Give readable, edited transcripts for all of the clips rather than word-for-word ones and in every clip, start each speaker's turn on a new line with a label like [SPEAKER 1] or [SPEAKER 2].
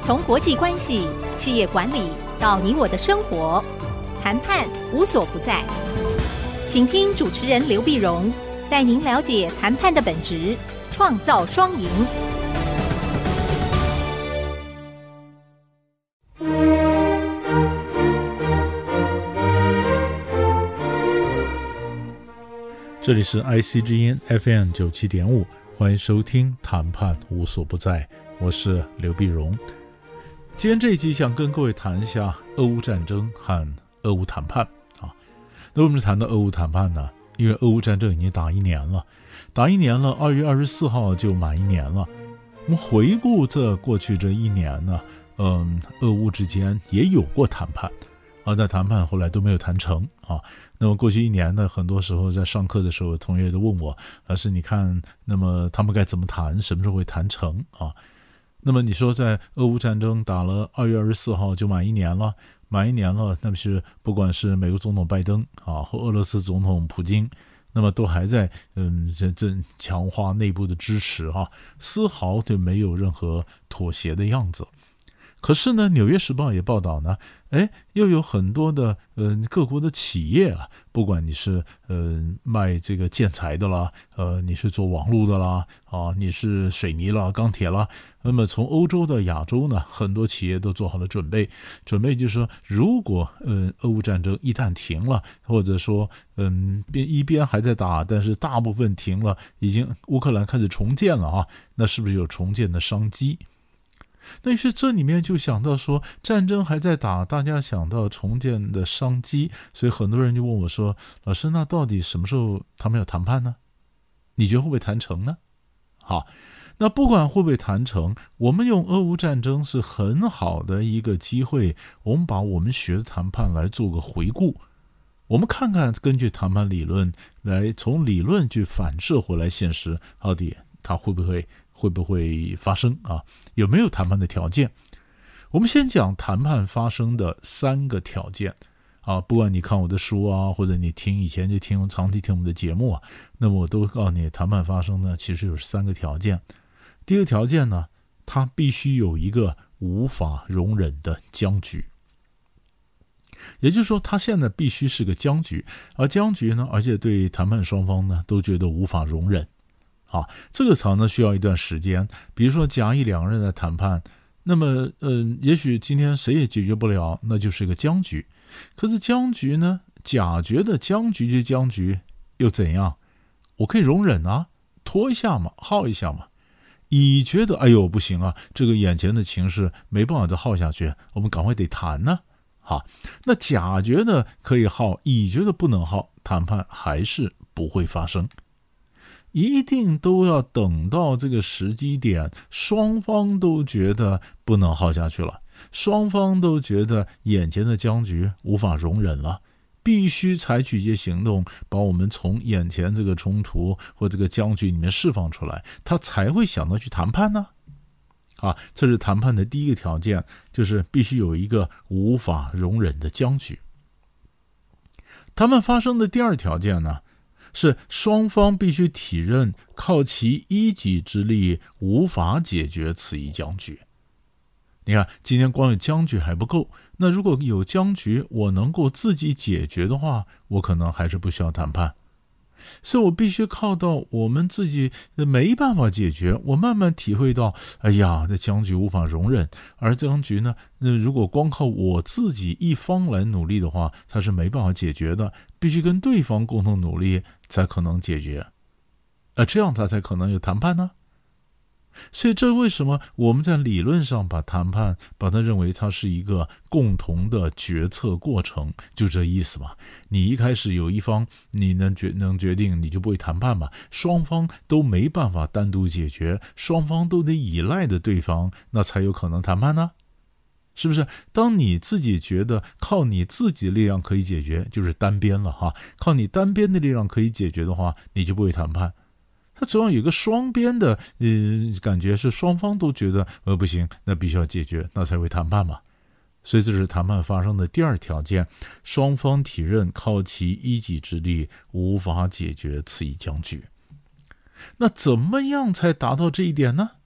[SPEAKER 1] 从国际关系、企业管理到你我的生活，谈判无所不在。请听主持人刘碧荣带您了解谈判的本质，创造双赢。
[SPEAKER 2] 这里是 IC 之音 FM 97.5，欢迎收听谈判无所不在，我是刘碧荣。今天这一集想跟各位谈一下俄乌战争和俄乌谈判啊。那为什么谈到俄乌谈判呢？因为俄乌战争已经打一年了，2月24号就满一年了。我们回顾这过去这一年呢，俄乌之间也有过谈判啊，但谈判后来都没有谈成啊。那么过去一年呢，很多时候在上课的时候，同学都问我，老师你看，那么他们该怎么谈，什么时候会谈成啊？那么你说在俄乌战争打了2月24号就满一年了，那么是不管是美国总统拜登啊，或俄罗斯总统普京，那么都还在这强化内部的支持啊，丝毫就没有任何妥协的样子。可是呢，《纽约时报》也报道呢，又有很多的各国的企业啊，不管你是卖这个建材的啦，你是做网络的啦，啊，你是水泥啦、钢铁啦，那么从欧洲到亚洲呢，很多企业都做好了准备就是说，如果俄乌战争一旦停了，或者说一边还在打，但是大部分停了，已经乌克兰开始重建了啊，那是不是有重建的商机？那于是这里面就想到说，战争还在打，大家想到重建的商机，所以很多人就问我说，老师，那到底什么时候他们要谈判呢？你觉得会不会谈成呢？好，那不管会不会谈成，我们用俄乌战争是很好的一个机会，我们把我们学的谈判来做个回顾，我们看看根据谈判理论来从理论去反射回来现实，到底它会不会发生啊？有没有谈判的条件？我们先讲谈判发生的3个条件啊。不管你看我的书啊，或者你以前就长期听我们的节目啊，那么我都告诉你，谈判发生呢，其实有3个条件。第一个条件呢，它必须有一个无法容忍的僵局。也就是说，它现在必须是个僵局，而僵局呢，而且对谈判双方呢都觉得无法容忍。好，这个常呢需要一段时间，比如说假以2人在谈判，那么也许今天谁也解决不了，那就是一个僵局。可是僵局呢，假觉得僵局就僵局，又怎样？我可以容忍啊，拖一下嘛，耗一下嘛。乙觉得哎呦不行啊，这个眼前的情势没办法再耗下去，我们赶快得谈呢。好，那甲觉得可以耗，乙觉得不能耗，谈判还是不会发生。一定都要等到这个时机点，双方都觉得不能耗下去了，双方都觉得眼前的僵局无法容忍了，必须采取一些行动，把我们从眼前这个冲突或这个僵局里面释放出来，他才会想到去谈判呢。啊，这是谈判的第一个条件，就是必须有一个无法容忍的僵局。谈判发生的第二条件呢，是双方必须体认靠其一己之力无法解决此一僵局。你看，今天光有僵局还不够，那如果有僵局我能够自己解决的话，我可能还是不需要谈判。所以我必须靠到我们自己没办法解决，我慢慢体会到，哎呀，这僵局无法容忍，而僵局呢，如果光靠我自己一方来努力的话，它是没办法解决的，必须跟对方共同努力才可能解决，这样它才可能有谈判呢。所以这为什么我们在理论上把谈判把它认为它是一个共同的决策过程，就这意思嘛。你一开始有一方你能决定，你就不会谈判嘛。双方都没办法单独解决，双方都得依赖的对方，那才有可能谈判呢。是不是？当你自己觉得靠你自己的力量可以解决，就是单边了哈。靠你单边的力量可以解决的话，你就不会谈判。它总要有一个双边的感觉，是双方都觉得不行，那必须要解决，那才会谈判嘛。所以这是谈判发生的第二条件，双方体认靠其一己之力无法解决此一僵局。那怎么样才达到这一点呢？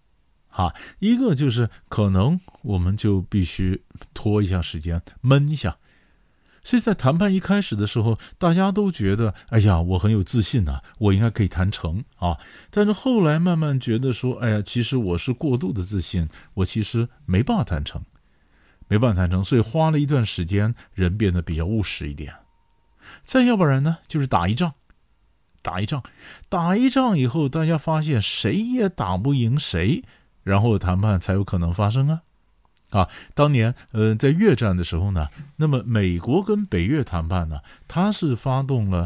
[SPEAKER 2] 一个就是可能我们就必须拖一下时间，闷一下。所以在谈判一开始的时候，大家都觉得，哎呀，我很有自信啊，我应该可以谈成啊。但是后来慢慢觉得说，哎呀，其实我是过度的自信，我其实没办法谈成，所以花了一段时间，人变得比较务实一点。再要不然呢，就是打一仗以后，大家发现谁也打不赢谁，然后谈判才有可能发生啊。当年在越战的时候呢，那么美国跟北越谈判呢，它是发动了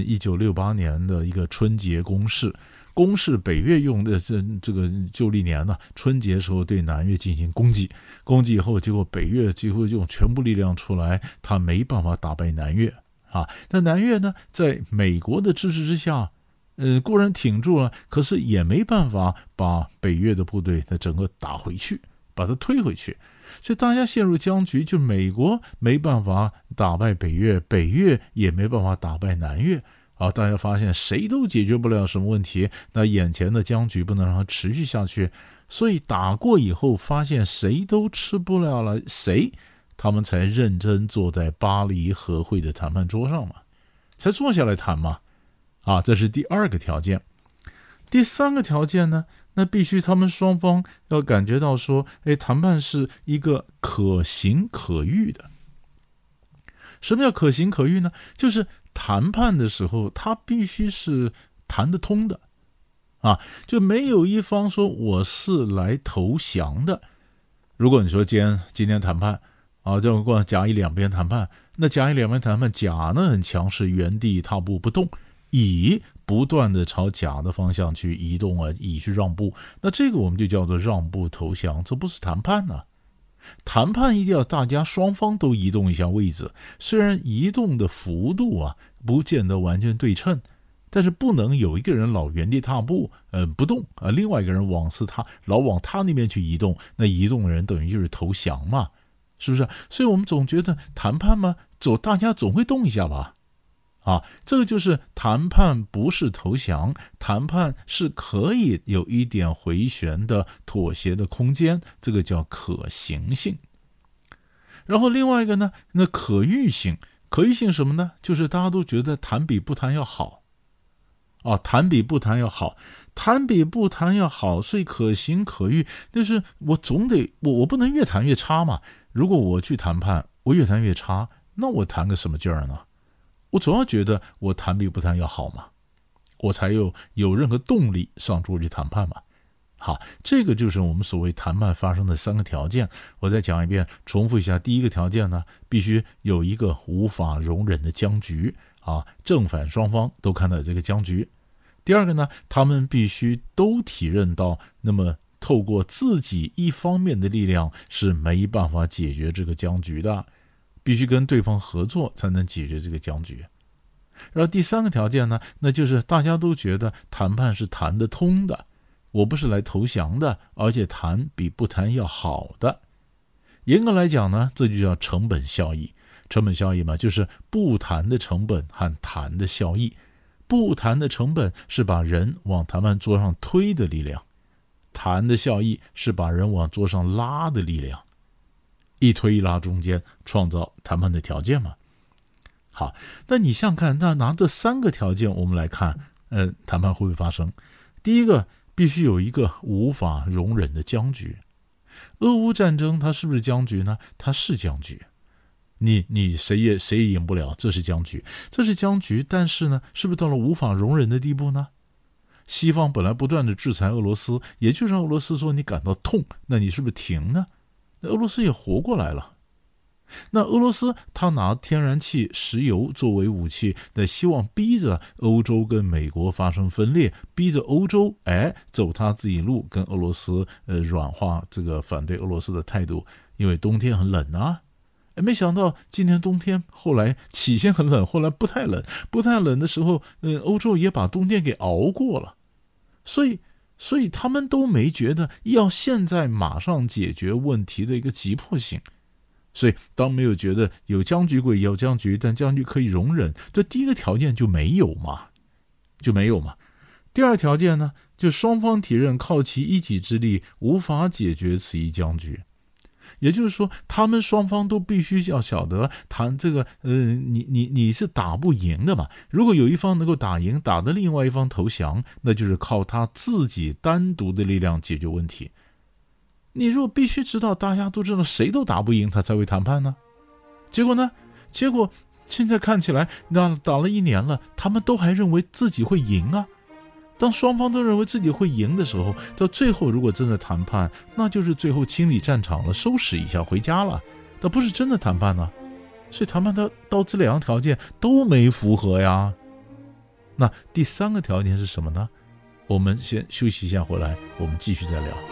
[SPEAKER 2] 1968年的一个春节攻势，北越用的这个旧历年呢，春节时候对南越进行攻击以后，结果北越几乎用全部力量出来，他没办法打败南越但南越呢，在美国的支持之下，固然挺住了，可是也没办法把北越的部队的整个打回去，把它推回去。所以大家陷入僵局，就美国没办法打败北越，北越也没办法打败南越大家发现谁都解决不了什么问题，那眼前的僵局不能让它持续下去，所以打过以后发现谁都吃不了谁，他们才认真坐在巴黎和会的谈判桌上嘛，才坐下来谈嘛这是第二个条件。第三个条件呢，那必须他们双方要感觉到说，谈判是一个可行可预的。什么叫可行可预呢？就是谈判的时候，它必须是谈得通的就没有一方说我是来投降的。如果你说今天谈判就光甲乙两边谈判，那甲乙两边谈判，甲呢很强势，原地踏步不动，乙不断的朝甲的方向去移动乙去让步，那这个我们就叫做让步投降，这不是谈判谈判一定要大家双方都移动一下位置，虽然移动的幅度不见得完全对称，但是不能有一个人老原地踏步不动另外一个人老往他那边去移动，那移动的人等于就是投降嘛，是不是？所以我们总觉得谈判嘛，大家总会动一下吧这个就是谈判不是投降，谈判是可以有一点回旋的妥协的空间，这个叫可行性。然后另外一个呢，那可预性什么呢？就是大家都觉得谈比不谈要好谈比不谈要好，所以可行可预，就是我总得我不能越谈越差嘛。如果我去谈判，我越谈越差，那我谈个什么劲儿呢？我总要觉得我谈比不谈要好嘛，我才有任何动力上桌去谈判嘛。好，这个就是我们所谓谈判发生的三个条件。我再讲一遍，重复一下。第一个条件呢，必须有一个无法容忍的僵局正反双方都看到这个僵局。第二个呢，他们必须都体认到，那么透过自己一方面的力量是没办法解决这个僵局的，必须跟对方合作才能解决这个僵局。然后第三个条件呢，那就是大家都觉得谈判是谈得通的，我不是来投降的，而且谈比不谈要好的。严格来讲呢，这就叫成本效益。成本效益嘛，就是不谈的成本和谈的效益。不谈的成本是把人往谈判桌上推的力量，谈的效益是把人往桌上拉的力量。一推一拉中间创造谈判的条件嘛。好，那你想看，那拿这三个条件我们来看，谈判会不会发生？第一个，必须有一个无法容忍的僵局。俄乌战争它是不是僵局呢？它是僵局，你谁也赢不了，这是僵局，但是呢，是不是到了无法容忍的地步呢？西方本来不断的制裁俄罗斯，也就让俄罗斯说你感到痛，那你是不是停呢？俄罗斯也活过来了。那俄罗斯他拿天然气、石油作为武器，希望逼着欧洲跟美国发生分裂，逼着欧洲走他自己路，跟俄罗斯软化这个反对俄罗斯的态度。因为冬天很冷没想到今年冬天后来起先很冷，后来不太冷的时候，欧洲也把冬天给熬过了。所以他们都没觉得要现在马上解决问题的一个急迫性。所以当没有觉得有僵局归有僵局，但僵局可以容忍，这第一个条件就没有嘛。第二条件呢， 就双方体认靠其一己之力无法解决此一僵局。也就是说，他们双方都必须要晓得谈这个，你是打不赢的嘛。如果有一方能够打赢，打得另外一方投降，那就是靠他自己单独的力量解决问题。你如果必须知道，大家都知道谁都打不赢，他才会谈判呢。结果现在看起来，那打了1年了，他们都还认为自己会赢啊。当双方都认为自己会赢的时候，到最后如果真的谈判，那就是最后清理战场了，收拾一下回家了，那不是真的谈判呢。所以谈判到这2样条件都没符合呀。那第3个条件是什么呢？我们先休息一下，回来我们继续再聊。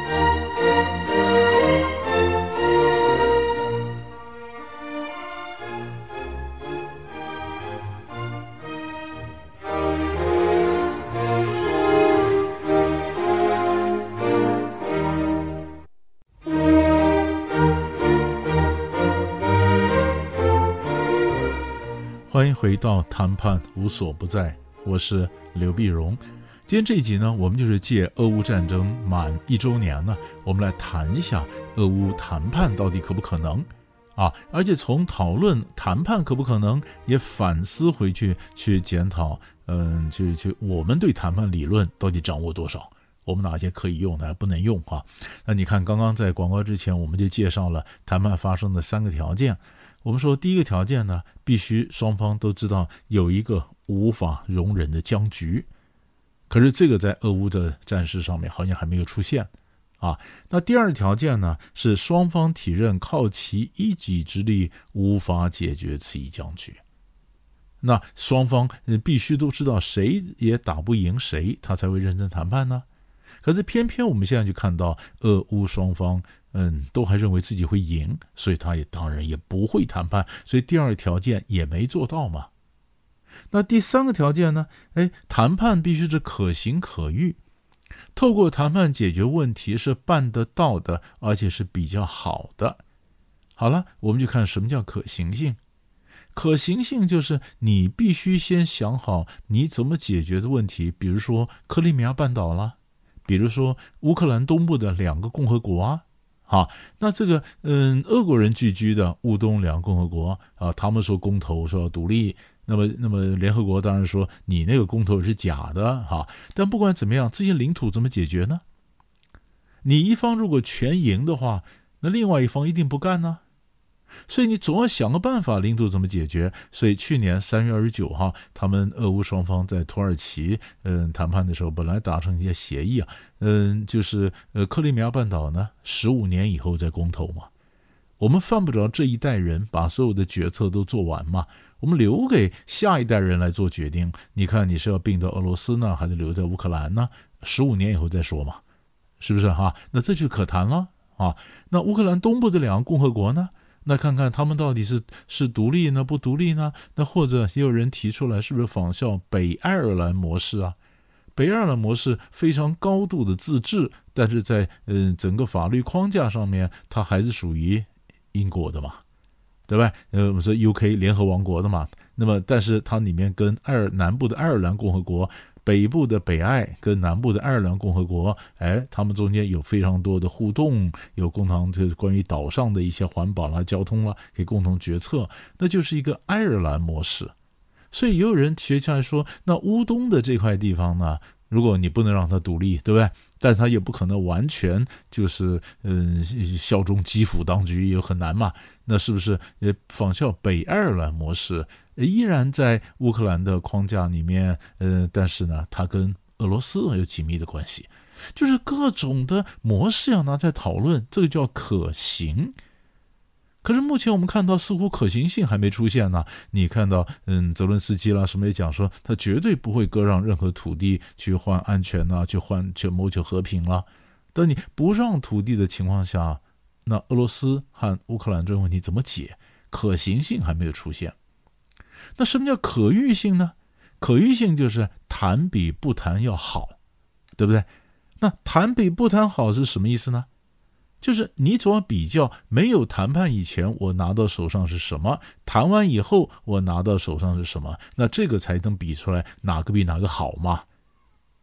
[SPEAKER 2] 欢迎回到谈判无所不在，我是刘碧荣。今天这一集呢，我们就是借俄乌战争满1周年呢，我们来谈一下俄乌谈判到底可不可能啊？而且从讨论谈判可不可能，也反思回去检讨，我们对谈判理论到底掌握多少？我们哪些可以用，哪些不能用啊？那你看，刚刚在广告之前，我们就介绍了谈判发生的3个条件。我们说第一个条件呢，必须双方都知道有一个无法容忍的僵局，可是这个在俄乌的战事上面好像还没有出现啊。那第二条件呢，是双方体认靠其一己之力无法解决此一僵局。那双方必须都知道谁也打不赢谁，他才会认真谈判呢。可是偏偏我们现在就看到俄乌双方都还认为自己会赢，所以他也当然也不会谈判，所以第二条件也没做到嘛。那第3个条件呢？谈判必须是可行可预，透过谈判解决问题是办得到的，而且是比较好的。好了，我们就看什么叫可行性。可行性就是你必须先想好你怎么解决的问题，比如说克里米亚半岛啦，比如说乌克兰东部的2个共和国啊。好，那这个俄国人聚居的乌东2个共和国啊，他们说公投说要独立，那么联合国当然说你那个公投是假的哈。但不管怎么样，这些领土怎么解决呢？你一方如果全赢的话，那另外一方一定不干呢。所以你总要想个办法，领土怎么解决。所以去年3月29号，他们俄乌双方在土耳其谈判的时候，本来达成一些协议啊，就是克里米亚半岛呢15年以后再公投嘛。我们犯不着这一代人把所有的决策都做完嘛，我们留给下一代人来做决定。你看你是要并到俄罗斯呢，还是留在乌克兰呢？15年以后再说嘛，是不是哈？那这就可谈了啊。那乌克兰东部这2个共和国呢？那看看他们到底是独立呢，不独立呢？那或者也有人提出来，是不是仿效北爱尔兰模式啊？北爱尔兰模式非常高度的自治，但是在整个法律框架上面，它还是属于英国的嘛，对吧？我们说 UK 联合王国的嘛。那么，但是它里面跟南部的爱尔兰共和国，北部的北爱跟南部的爱尔兰共和国，他们中间有非常多的互动，有共同就是关于岛上的一些环保啦、交通啦，可以共同决策，那就是一个爱尔兰模式。所以也有人提出来说，那乌东的这块地方呢，如果你不能让它独立，对不对？但它也不可能完全就是效忠基辅当局，也很难嘛。那是不是也仿效北爱尔兰模式，依然在乌克兰的框架里面，但是呢，它跟俄罗斯有紧密的关系，就是各种的模式要拿在讨论，这个叫可行。可是目前我们看到似乎可行性还没出现呢。你看到泽伦斯基啦什么也讲说，他绝对不会割让任何土地去换安全啦，去谋求和平啦。但你不让土地的情况下，那俄罗斯和乌克兰这个问题怎么解？可行性还没有出现。那什么叫可预性呢？可预性就是谈比不谈要好，对不对？那谈比不谈好是什么意思呢？就是你总要比较没有谈判以前我拿到手上是什么，谈完以后我拿到手上是什么，那这个才能比出来哪个比哪个好嘛。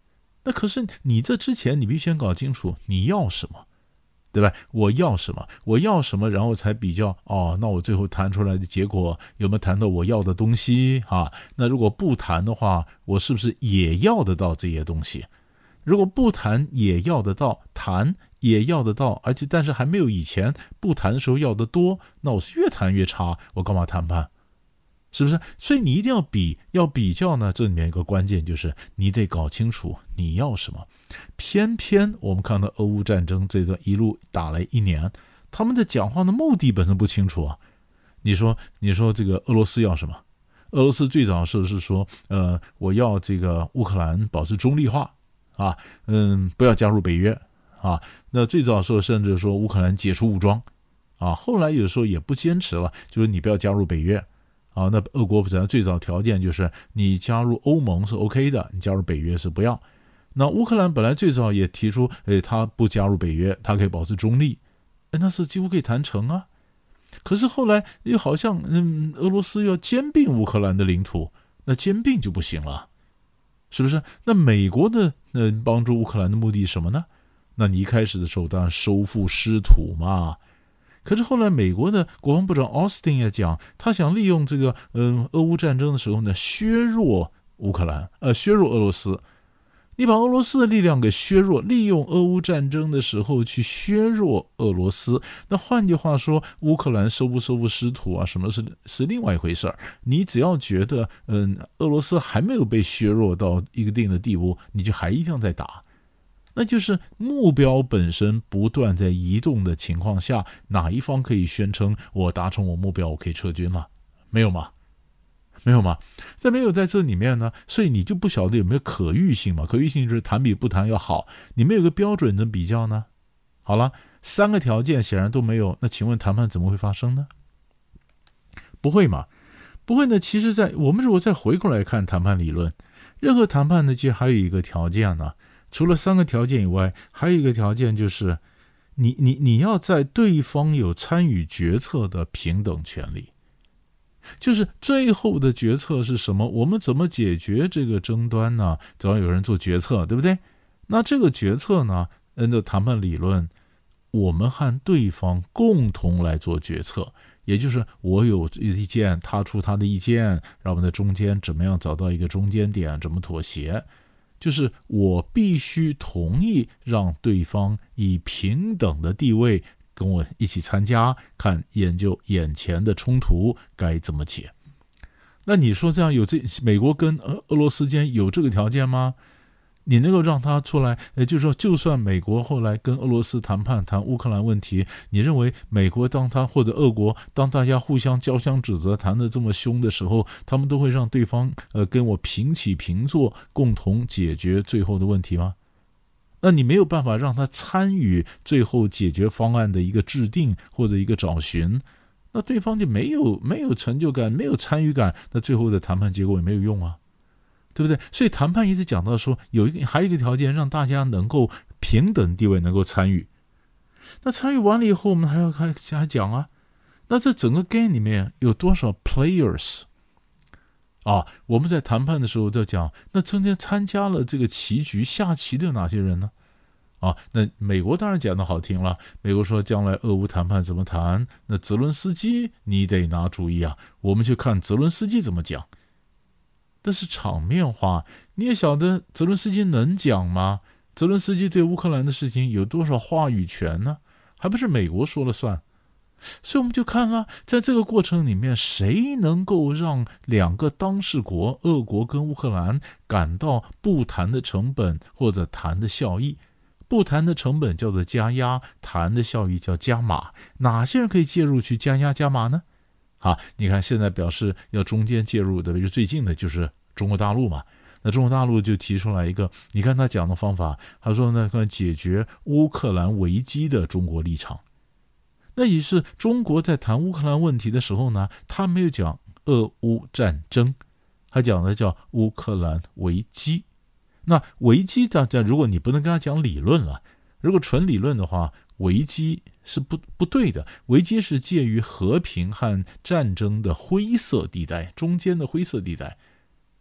[SPEAKER 2] 那可是你这之前你必须先搞清楚你要什么，对吧？我要什么，然后才比较那我最后谈出来的结果有没有谈到我要的东西啊？那如果不谈的话，我是不是也要得到这些东西？如果不谈也要得到，谈也要得到，但是还没有以前不谈的时候要得多，那我是越谈越差，我干嘛谈判？是不是？所以你一定要比较呢。这里面一个关键就是你得搞清楚你要什么。偏偏我们看到俄乌战争这段一路打来1年，他们的讲话的目的本身不清楚啊。你说这个俄罗斯要什么？俄罗斯最早是说我要这个乌克兰保持中立化啊，不要加入北约啊。那最早的时候甚至说乌克兰解除武装啊，后来有时候也不坚持了，就是你不要加入北约啊。那俄国最早条件就是你加入欧盟是 OK 的，你加入北约是不要。那乌克兰本来最早也提出他不加入北约，他可以保持中立，那是几乎可以谈成啊。可是后来又好像俄罗斯要兼并乌克兰的领土，那兼并就不行了，是不是？那美国的帮助乌克兰的目的是什么呢？那你一开始的时候当然收复失土嘛。可是后来美国的国防部长奥斯汀也讲，他想利用这个俄乌战争的时候呢，削弱乌克兰，削弱俄罗斯。你把俄罗斯的力量给削弱，利用俄乌战争的时候去削弱俄罗斯。那换句话说，乌克兰收不收复失土啊，什么是另外一回事儿。你只要觉得俄罗斯还没有被削弱到一定的地步，你就还一定要再打。那就是目标本身不断在移动的情况下，哪一方可以宣称我达成我目标，我可以撤军了？没有吗？没有吗？在没有在这里面呢，所以你就不晓得有没有可预性嘛？可预性就是谈比不谈要好，你没有个标准的比较呢？好了，3个条件显然都没有，那请问谈判怎么会发生呢？不会嘛？不会呢。其实我们如果再回过来看谈判理论，任何谈判呢，其实还有一个条件呢。除了3个条件以外，还有一个条件就是你要在对方有参与决策的平等权利。就是最后的决策是什么？我们怎么解决这个争端呢？总要有人做决策，对不对？那这个决策呢，按照谈判理论，我们和对方共同来做决策，也就是我有意见，他出他的意见，然后我们在中间怎么样找到一个中间点，怎么妥协。就是我必须同意让对方以平等的地位跟我一起参加，看研究眼前的冲突该怎么解。那你说这样美国跟俄罗斯间有这个条件吗？你能够让他出来，就是说，就算美国后来跟俄罗斯谈乌克兰问题，你认为美国或者俄国当大家互相交相指责，谈得这么凶的时候，他们都会让对方跟我平起平坐，共同解决最后的问题吗？那你没有办法让他参与最后解决方案的一个制定或者一个找寻，那对方就没有成就感，没有参与感，那最后的谈判结果也没有用啊。对不对？所以谈判一直讲到说，还有一个条件，让大家能够平等地位能够参与。那参与完了以后，我们还要讲啊，那这整个 game 里面有多少 players 啊？我们在谈判的时候在讲，那中间参加了这个棋局下棋的有哪些人呢？啊，那美国当然讲的好听了，美国说将来俄乌谈判怎么谈，那泽伦斯基你得拿主意啊，我们去看泽伦斯基怎么讲。但是场面话，你也晓得泽伦斯基能讲吗？泽伦斯基对乌克兰的事情有多少话语权呢？还不是美国说了算。所以我们就看了，在这个过程里面，谁能够让2个当事国，俄国跟乌克兰感到不谈的成本或者谈的效益？不谈的成本叫做加压，谈的效益叫加码。哪些人可以介入去加压加码呢？你看现在表示要中间介入的，就最近的就是中国大陆嘛。那中国大陆就提出来一个，你看他讲的方法，他说呢，解决乌克兰危机的中国立场。那也是中国在谈乌克兰问题的时候呢，他没有讲俄乌战争，他讲的叫乌克兰危机。那危机如果你不能跟他讲理论了，如果纯理论的话，危机是不对的。危机是介于和平和战争的灰色地带，中间的灰色地带。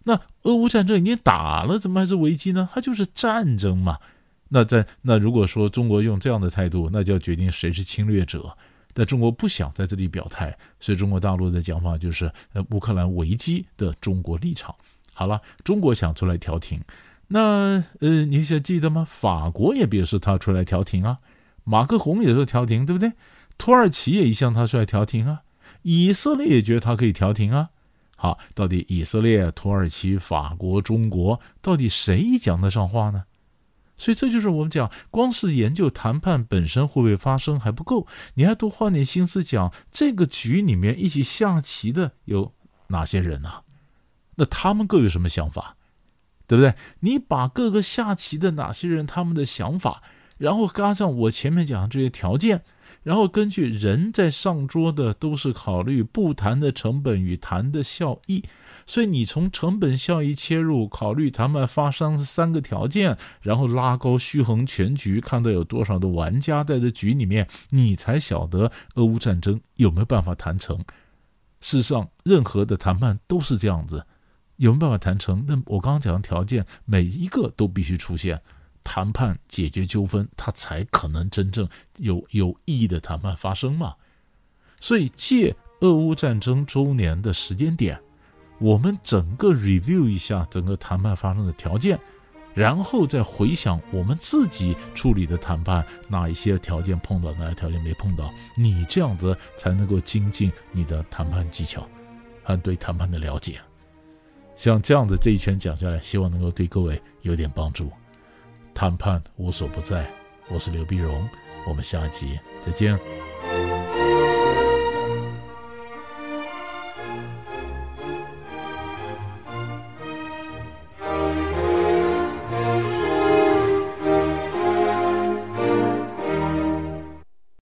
[SPEAKER 2] 那俄乌战争已经打了，怎么还是危机呢？它就是战争嘛。那如果说中国用这样的态度，那就要决定谁是侵略者。但中国不想在这里表态，所以中国大陆的讲法就是乌克兰危机的中国立场。好了，中国想出来调停，那你还记得吗？法国也表示他出来调停啊，马克宏也说调停，对不对？土耳其也一向他出来调停啊，以色列也觉得他可以调停啊。好，到底以色列、土耳其、法国、中国，到底谁讲得上话呢？所以这就是我们讲，光是研究谈判本身会不会发生还不够，你还多花点心思讲这个局里面一起下棋的有哪些人啊？那他们各有什么想法，对不对？你把各个下棋的哪些人他们的想法，然后加上我前面讲的这些条件，然后根据人在上桌的都是考虑不谈的成本与谈的效益，所以你从成本效益切入，考虑谈判发生3个条件，然后拉高虚衡全局，看到有多少的玩家在这局里面，你才晓得俄乌战争有没有办法谈成。事实上任何的谈判都是这样子，有没有办法谈成，那我刚刚讲的条件每一个都必须出现，谈判解决纠纷，它才可能真正有意义的谈判发生嘛。所以借俄乌战争周年的时间点，我们整个 review 一下整个谈判发生的条件，然后再回想我们自己处理的谈判，哪一些条件碰到，哪些条件没碰到，你这样子才能够精进你的谈判技巧和对谈判的了解。像这样的这一圈讲下来，希望能够对各位有点帮助。谈判无所不在，我是刘碧荣，我们下一集再见。